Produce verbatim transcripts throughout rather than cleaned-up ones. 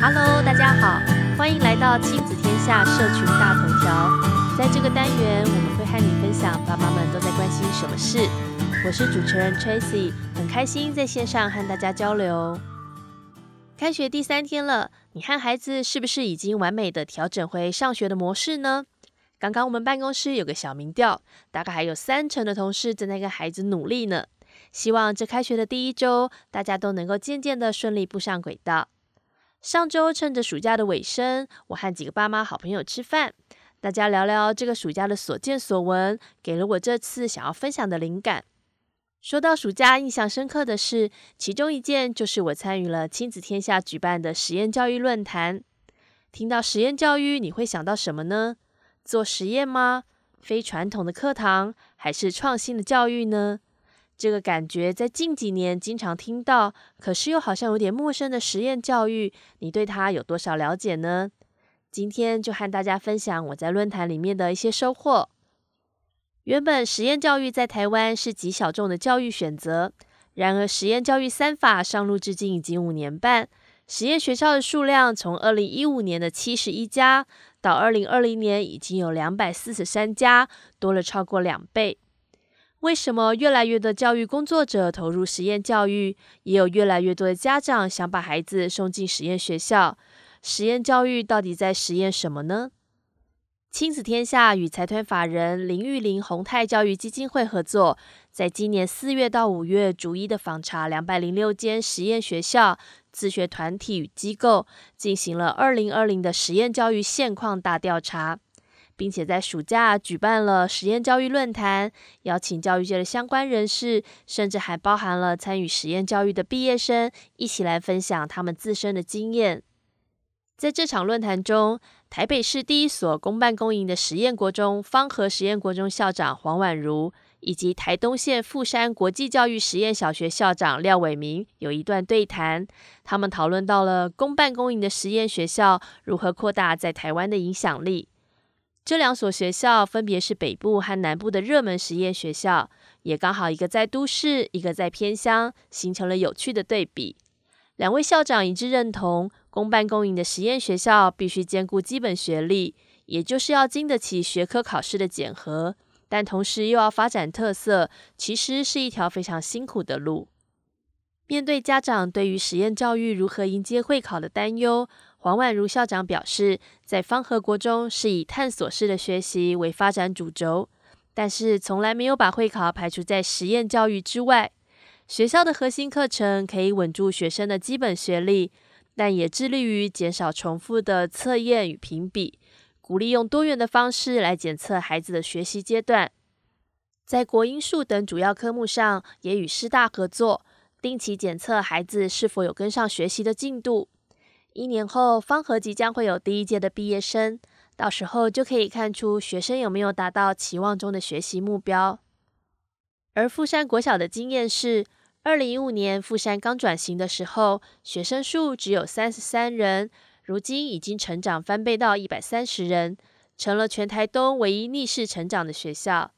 Hello， 大家好，欢迎来到亲子天下社群大头条。在这个单元，我们会和你分享爸妈们都在关心什么事。我是主持人 Tracy， 很开心在线上和大家交流。开学第三天了，你和孩子是不是已经完美的调整回上学的模式呢？刚刚我们办公室有个小民调，大概还有三成的同事正在跟孩子努力呢。希望这开学的第一周，大家都能够渐渐的顺利步上轨道。上周趁着暑假的尾声，我和几个爸妈好朋友吃饭，大家聊聊这个暑假的所见所闻，给了我这次想要分享的灵感。说到暑假印象深刻的事，其中一件就是我参与了亲子天下举办的实验教育论坛。听到实验教育，你会想到什么呢？做实验吗？非传统的课堂，还是创新的教育呢？这个感觉在近几年经常听到，可是又好像有点陌生的实验教育，你对它有多少了解呢？今天就和大家分享我在论坛里面的一些收获。原本实验教育在台湾是极小众的教育选择，然而实验教育三法上路至今已经五年半，实验学校的数量从二零一五年的七十一家，到二零二零年已经有两百四十三家，多了超过两倍。为什么越来越多的教育工作者投入实验教育，也有越来越多的家长想把孩子送进实验学校？实验教育到底在实验什么呢？亲子天下与财团法人林玉玲宏泰教育基金会合作，在今年四月到五月逐一的访查两百零六间实验学校、自学团体与机构，进行了二零二零的实验教育现况大调查，并且在暑假举办了实验教育论坛，邀请教育界的相关人士，甚至还包含了参与实验教育的毕业生，一起来分享他们自身的经验。在这场论坛中，台北市第一所公办公营的实验国中芳和实验国中校长黄婉如，以及台东县富山国际教育实验小学校长廖伟明有一段对谈，他们讨论到了公办公营的实验学校如何扩大在台湾的影响力。这两所学校分别是北部和南部的热门实验学校，也刚好一个在都市，一个在偏乡，形成了有趣的对比。两位校长一致认同，公办公营的实验学校必须兼顾基本学历，也就是要经得起学科考试的检核，但同时又要发展特色，其实是一条非常辛苦的路。面对家长对于实验教育如何迎接会考的担忧，黄婉如校长表示，在芳和国中是以探索式的学习为发展主轴，但是从来没有把会考排除在实验教育之外。学校的核心课程可以稳住学生的基本学历，但也致力于减少重复的测验与评比，鼓励用多元的方式来检测孩子的学习阶段。在国英数等主要科目上，也与师大合作，定期检测孩子是否有跟上学习的进度。一年后，芳和即将会有第一届的毕业生，到时候就可以看出学生有没有达到期望中的学习目标。而富山国小的经验是，二零一五年富山刚转型的时候，学生数只有三十三人，如今已经成长翻倍到一百三十人，成了全台东唯一逆势成长的学校。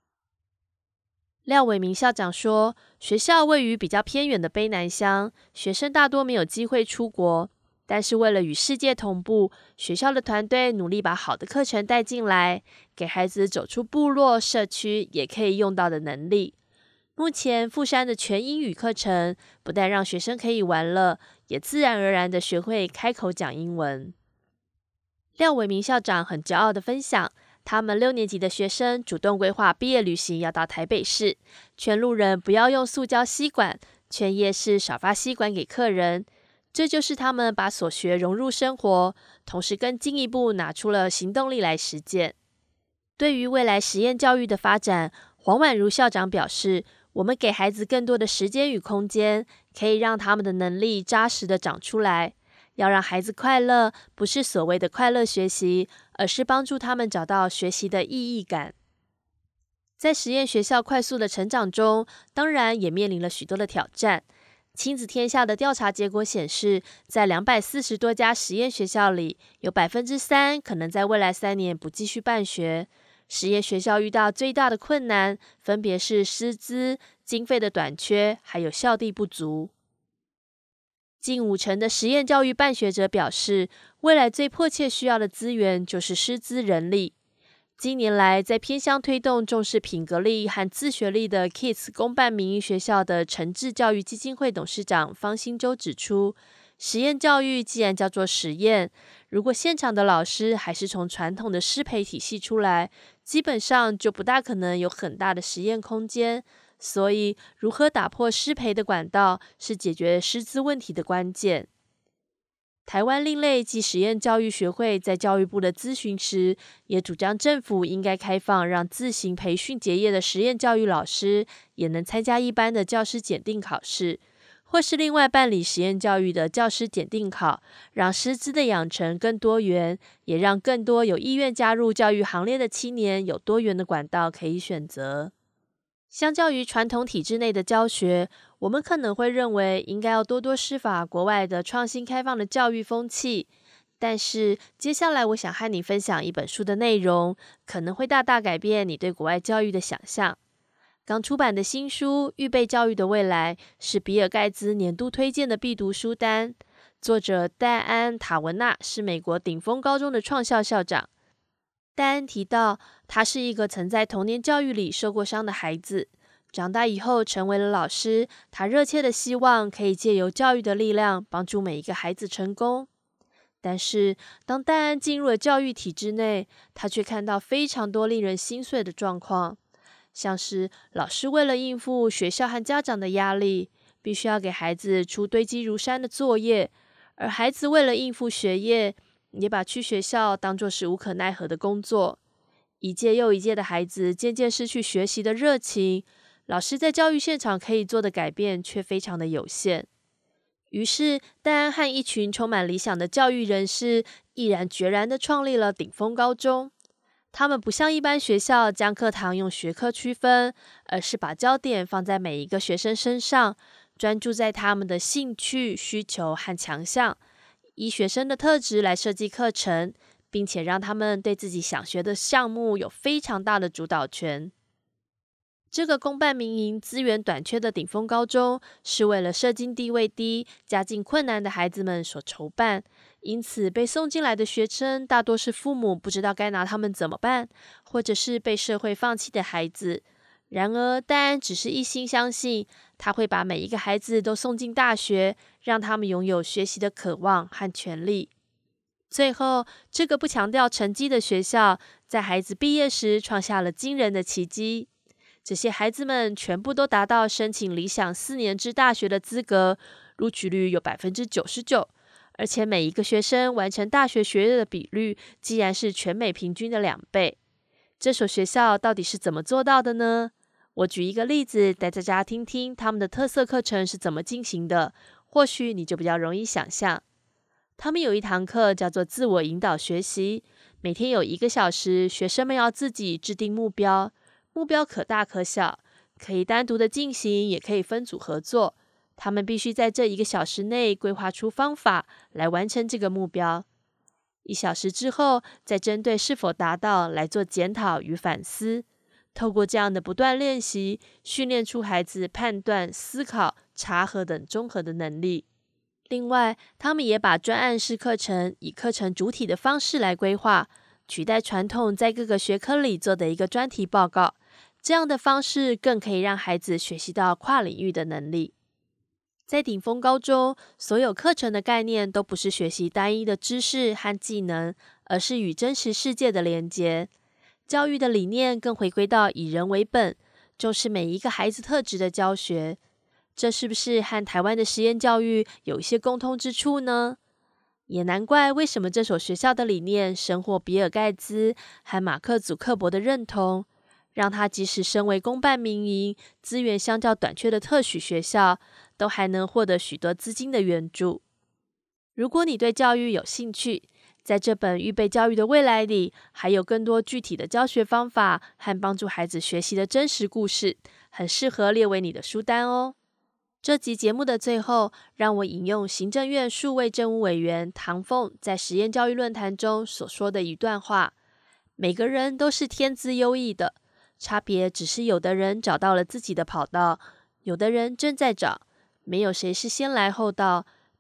廖伟明校长说，学校位于比较偏远的卑南乡，学生大多没有机会出国，但是为了与世界同步，学校的团队努力把好的课程带进来，给孩子走出部落社区也可以用到的能力。目前富山的全英语课程不但让学生可以玩乐，也自然而然地学会开口讲英文。廖伟明校长很骄傲地分享，他们六年级的学生主动规划毕业旅行要到台北市，劝路人不要用塑胶吸管，劝夜市少发吸管给客人。这就是他们把所学融入生活，同时更进一步拿出了行动力来实践。对于未来实验教育的发展，黄婉如校长表示，我们给孩子更多的时间与空间，可以让他们的能力扎实的长出来。要让孩子快乐，不是所谓的快乐学习，而是帮助他们找到学习的意义感。在实验学校快速的成长中，当然也面临了许多的挑战。亲子天下的调查结果显示，在两百四十多家实验学校里，有 百分之三 可能在未来三年不继续办学。实验学校遇到最大的困难，分别是师资、经费的短缺，还有校地不足。 近五成的实验教育办学者表示，未来最迫切需要的资源就是师资人力。近年来，在偏乡推动重视品格力和自学力的 Kids 公办民营学校的诚志教育基金会董事长方兴洲指出，实验教育既然叫做实验，如果现场的老师还是从传统的师培体系出来，基本上就不大可能有很大的实验空间。所以，如何打破师培的管道，是解决师资问题的关键。台湾另类及实验教育学会在教育部的咨询时，也主张政府应该开放让自行培训结业的实验教育老师，也能参加一般的教师检定考试，或是另外办理实验教育的教师检定考，让师资的养成更多元，也让更多有意愿加入教育行列的青年有多元的管道可以选择。相较于传统体制内的教学，我们可能会认为应该要多多师法国外的创新开放的教育风气，但是接下来我想和你分享一本书的内容，可能会大大改变你对国外教育的想象。刚出版的新书《预备教育的未来》是比尔盖茨年度推荐的必读书单，作者戴安·塔文纳是美国顶峰高中的创校校长。戴安提到，他是一个曾在童年教育里受过伤的孩子，长大以后成为了老师，他热切的希望可以借由教育的力量帮助每一个孩子成功。但是当戴安进入了教育体制内，他却看到非常多令人心碎的状况，像是老师为了应付学校和家长的压力，必须要给孩子出堆积如山的作业，而孩子为了应付学业，也把去学校当作是无可奈何的工作。一届又一届的孩子渐渐失去学习的热情，老师在教育现场可以做的改变却非常的有限。于是戴安和一群充满理想的教育人士毅然决然地创立了顶峰高中。他们不像一般学校将课堂用学科区分，而是把焦点放在每一个学生身上，专注在他们的兴趣、需求和强项，以学生的特质来设计课程，并且让他们对自己想学的项目有非常大的主导权。这个公办民营资源短缺的顶峰高中，是为了社经地位低、家境困难的孩子们所筹办，因此被送进来的学生大多是父母不知道该拿他们怎么办，或者是被社会放弃的孩子。然而戴安只是一心相信，他会把每一个孩子都送进大学，让他们拥有学习的渴望和权利。最后，这个不强调成绩的学校，在孩子毕业时创下了惊人的奇迹。这些孩子们全部都达到申请理想四年制大学的资格，录取率有 百分之九十九， 而且每一个学生完成大学学业的比率竟然是全美平均的两倍。这所学校到底是怎么做到的呢？我举一个例子带大家听听他们的特色课程是怎么进行的，或许你就比较容易想象。他们有一堂课叫做自我引导学习，每天有一个小时，学生们要自己制定目标，目标可大可小，可以单独的进行，也可以分组合作。他们必须在这一个小时内规划出方法来完成这个目标。一小时之后，再针对是否达到来做检讨与反思。透过这样的不断练习，训练出孩子判断、思考、查核等综合的能力。另外，他们也把专案式课程以课程主体的方式来规划，取代传统在各个学科里做的一个专题报告。这样的方式更可以让孩子学习到跨领域的能力。在顶峰高中，所有课程的概念都不是学习单一的知识和技能，而是与真实世界的连结。教育的理念更回归到以人为本，重视每一个孩子特质的教学。这是不是和台湾的实验教育有一些共通之处呢？也难怪为什么这所学校的理念深获比尔盖茨和马克祖克伯的认同，让他即使身为公办民营、资源相较短缺的特许学校，都还能获得许多资金的援助。如果你对教育有兴趣，在这本《预备教育的未来》里，还有更多具体的教学方法和帮助孩子学习的真实故事，很适合列为你的书单哦。这集节目的最后，让我引用行政院数位政务委员唐凤在实验教育论坛中所说的一段话：每个人都是天资优异的，差别只是有的人找到了自己的跑道，有的人正在找，没有谁是先来后到，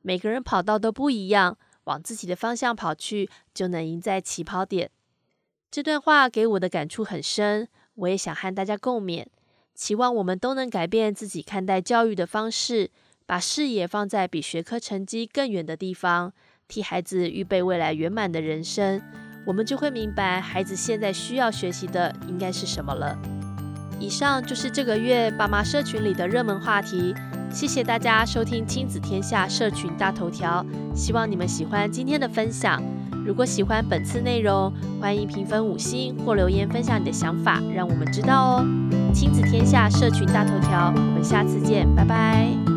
每个人跑道都不一样，往自己的方向跑去，就能赢在起跑点。这段话给我的感触很深，我也想和大家共勉，期望我们都能改变自己看待教育的方式，把视野放在比学科成绩更远的地方，替孩子预备未来圆满的人生，我们就会明白孩子现在需要学习的应该是什么了。以上就是这个月爸妈社群里的热门话题，谢谢大家收听亲子天下社群大头条，希望你们喜欢今天的分享。如果喜欢本次内容，欢迎评分五星或留言分享你的想法，让我们知道哦。亲子天下社群大头条，我们下次见，拜拜。